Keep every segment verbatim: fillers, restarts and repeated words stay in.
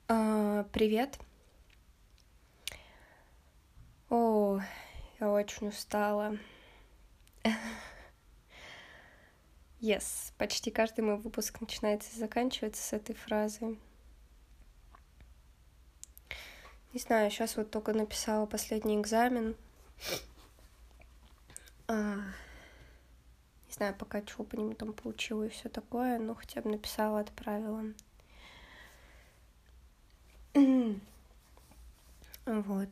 А, привет. О, я очень устала. Yes, почти каждый мой выпуск начинается и заканчивается с этой фразы. Не знаю, сейчас вот только написала последний экзамен. А, не знаю, пока чего по нему там получила и все такое, но хотя бы написала, отправила. Вот.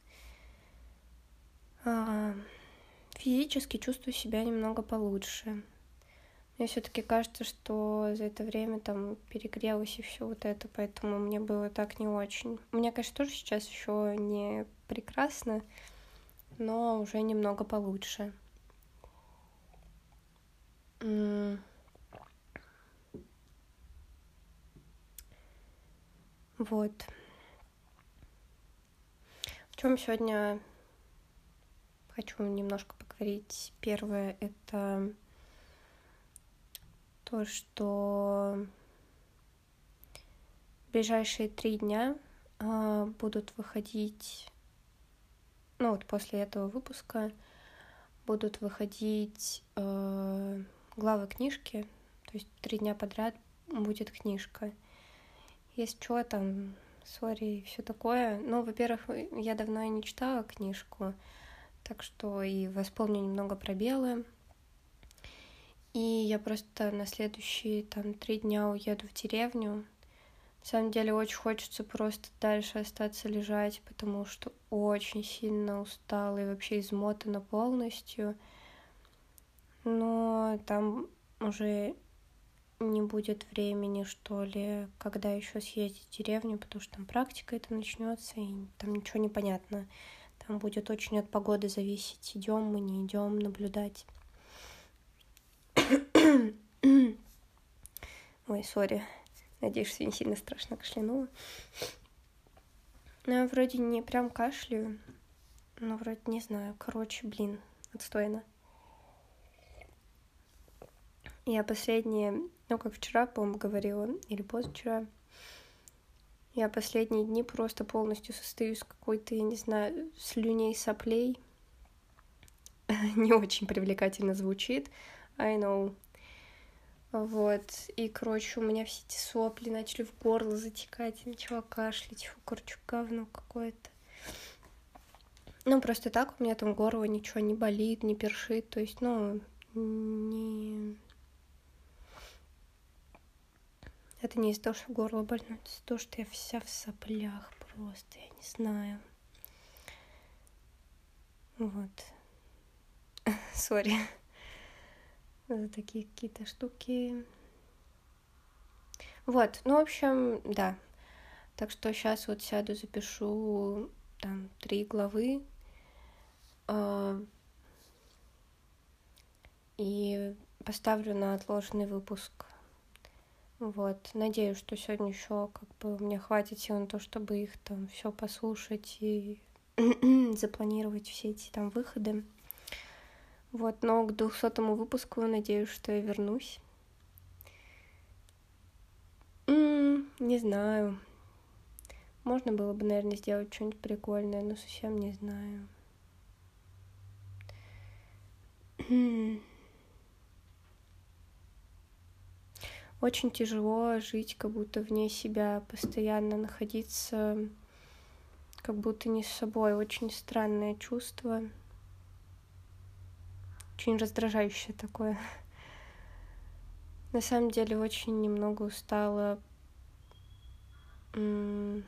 А, физически чувствую себя немного получше. Мне все-таки кажется, что за это время там перегрелось и все вот это, поэтому мне было так не очень. У меня, конечно, тоже сейчас еще не прекрасно, но уже немного получше. М. Вот. О чем сегодня хочу немножко поговорить. Первое — это то, что в ближайшие три дня а, будут выходить, ну вот после этого выпуска будут выходить э, главы книжки, то есть три дня подряд будет книжка. Если что, там, сори и все такое. Ну, во-первых, я давно и не читала книжку, так что и восполню немного пробелы. И я просто на следующие там три дня уеду в деревню. На самом деле очень хочется просто дальше остаться лежать, потому что очень сильно устала и вообще измотана полностью. Но там уже не будет времени, что ли, когда еще съездить в деревню, потому что там практика это начнется, и там ничего не понятно. Там будет очень от погоды зависеть, идем мы, не идем, наблюдать. Ой, сори. Надеюсь, что не сильно страшно кашлянула. Ну, я вроде не прям кашляю, но вроде не знаю. Короче, блин, отстойно. Я последние, ну, как вчера, по-моему, говорила, или позавчера, я последние дни просто полностью состою из какой-то, я не знаю, слюней, соплей. Не очень привлекательно звучит, I know. Вот, и, короче, у меня все эти сопли начали в горло затекать, я начала кашлять, фу, короче, говно какое-то. Ну, просто так у меня там горло ничего не болит, не першит, то есть, ну, не... Это не из-за того, что горло больно, это из-за того, что я вся в соплях просто, я не знаю. Вот. Сори. За такие какие-то штуки. Вот, ну, в общем, да. Так что сейчас вот сяду, запишу там три главы. Э, и поставлю на отложенный выпуск. Вот. Надеюсь, что сегодня еще как бы мне хватит сил на то, чтобы их там все послушать и запланировать все эти там выходы. Вот, но к двухсотому выпуску надеюсь, что я вернусь. М-м, не знаю. Можно было бы, наверное, сделать что-нибудь прикольное, но совсем не знаю. Очень тяжело жить как будто вне себя, постоянно находиться как будто не с собой. Очень странное чувство. Очень раздражающее такое. На самом деле очень немного устала. М-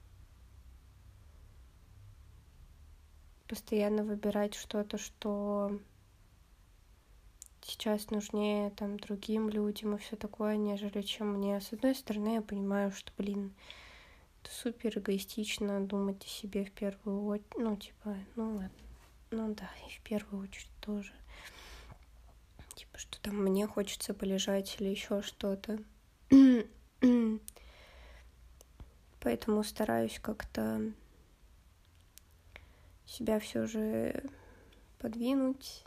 постоянно выбирать что-то, что сейчас нужнее там другим людям и все такое, нежели чем мне. С одной стороны, я понимаю, что, блин, это супер эгоистично думать о себе в первую очередь. Ну, типа, ну ладно. Ну да, и в первую очередь тоже. Типа, что там мне хочется полежать или еще что-то. Поэтому стараюсь как-то себя все же подвинуть.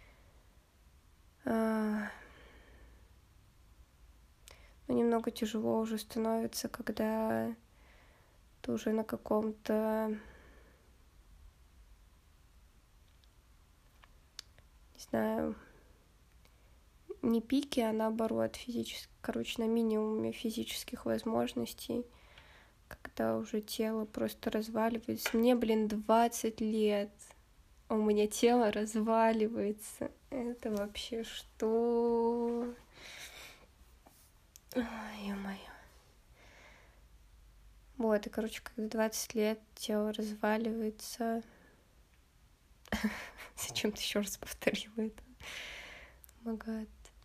Но немного тяжело уже становится, когда ты уже на каком-то, не знаю, не пике, а наоборот, физически, короче, на минимуме физических возможностей, когда уже тело просто разваливается. Мне, блин, двадцать лет, а у меня тело разваливается. Это вообще что? Ой, ё-моё. Вот, и, короче, когда двадцать лет тело разваливается... Зачем ты еще раз повторила это? Магад.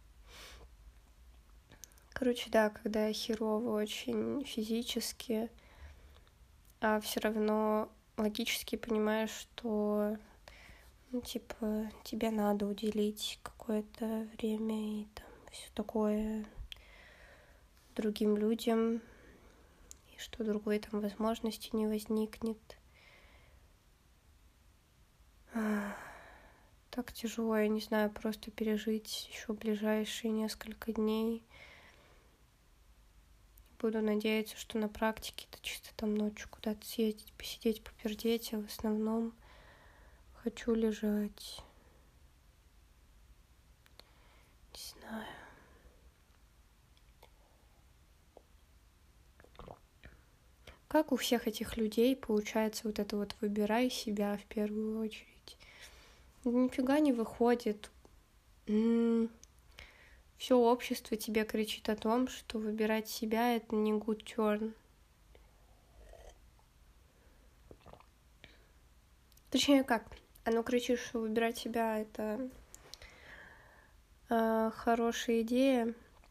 Короче, да, когда херово очень физически, а все равно логически понимаешь, что, ну, типа, тебе надо уделить какое-то время и там все такое другим людям, и что другой там возможности не возникнет. Так тяжело, я не знаю, просто пережить еще ближайшие несколько дней. Буду надеяться, что на практике это чисто там ночью куда-то съездить, посидеть, попердеть, а в основном хочу лежать. Не знаю. Как у всех этих людей получается вот это вот «выбирай себя» в первую очередь? Нифига не выходит. М-м- Все общество тебе кричит о том, что выбирать себя — это не good turn. Точнее, как? Оно кричит, что выбирать себя — это э, хорошая идея,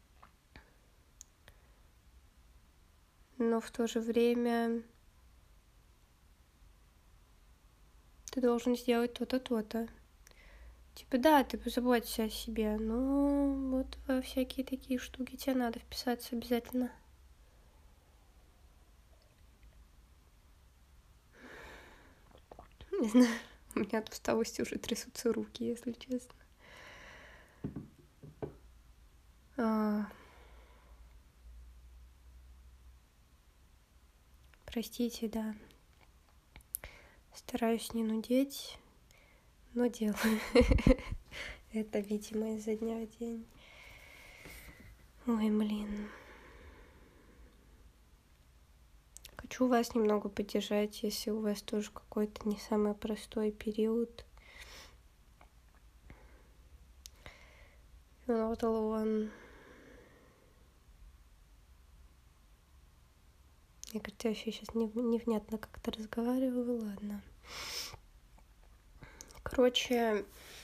но в то же время ты должен сделать то-то, то-то. Типа, да, ты позаботься о себе, но вот во всякие такие штуки тебе надо вписаться обязательно. Не знаю, у меня от усталости уже трясутся руки, если честно. А... Простите, да. Стараюсь не нудеть, но делаю. Это, видимо, изо дня в день. Ой, блин. Хочу вас немного поддержать, если у вас тоже какой-то не самый простой период. You're not alone. Я, кажется, я вообще сейчас невнятно как-то разговариваю, ладно. Короче,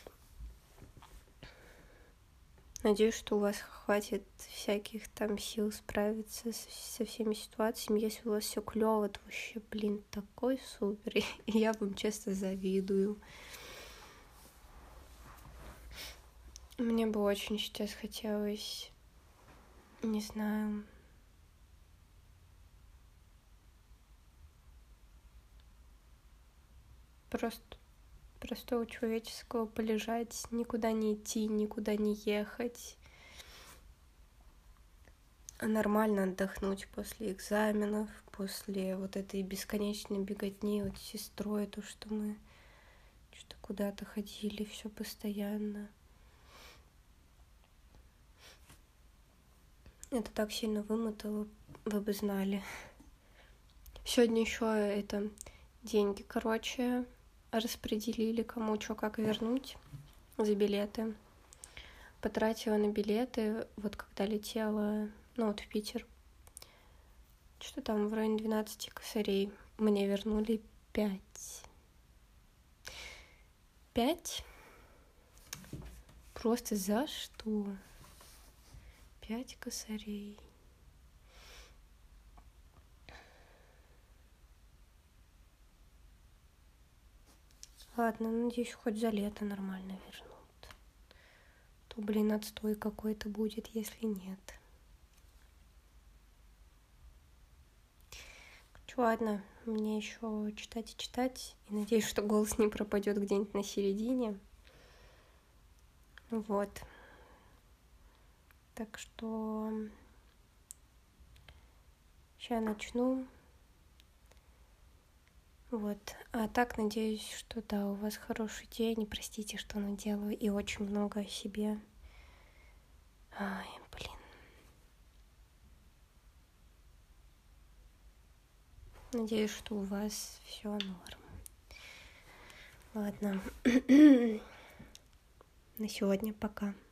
надеюсь, что у вас хватит всяких там сил справиться со, со всеми ситуациями. Если у вас все клево, то вообще, блин, такой супер. И я вам честно завидую. Мне бы очень сейчас хотелось, не знаю, просто простого человеческого полежать, никуда не идти, никуда не ехать, а нормально отдохнуть после экзаменов, после вот этой бесконечной беготни вот с сестрой, то, что мы что-то куда-то ходили все постоянно. Это так сильно вымотало, вы бы знали. Сегодня еще это деньги, короче, распределили, кому что как вернуть за билеты. Потратила на билеты, вот когда летела, ну вот в Питер, что там в районе двенадцати косарей. Мне вернули пять. Пять? Просто за что? Пять косарей. Ладно, надеюсь, хоть за лето нормально вернут. То, блин, отстой какой-то будет, если нет. Ладно, мне еще читать и читать. И надеюсь, что голос не пропадет где-нибудь на середине. Вот. Так что сейчас начну. Вот. А так, надеюсь, что да, у вас хороший день. И простите, что наделаю. И очень много о себе. Ай, блин. Надеюсь, что у вас все норм. Ладно. На сегодня пока.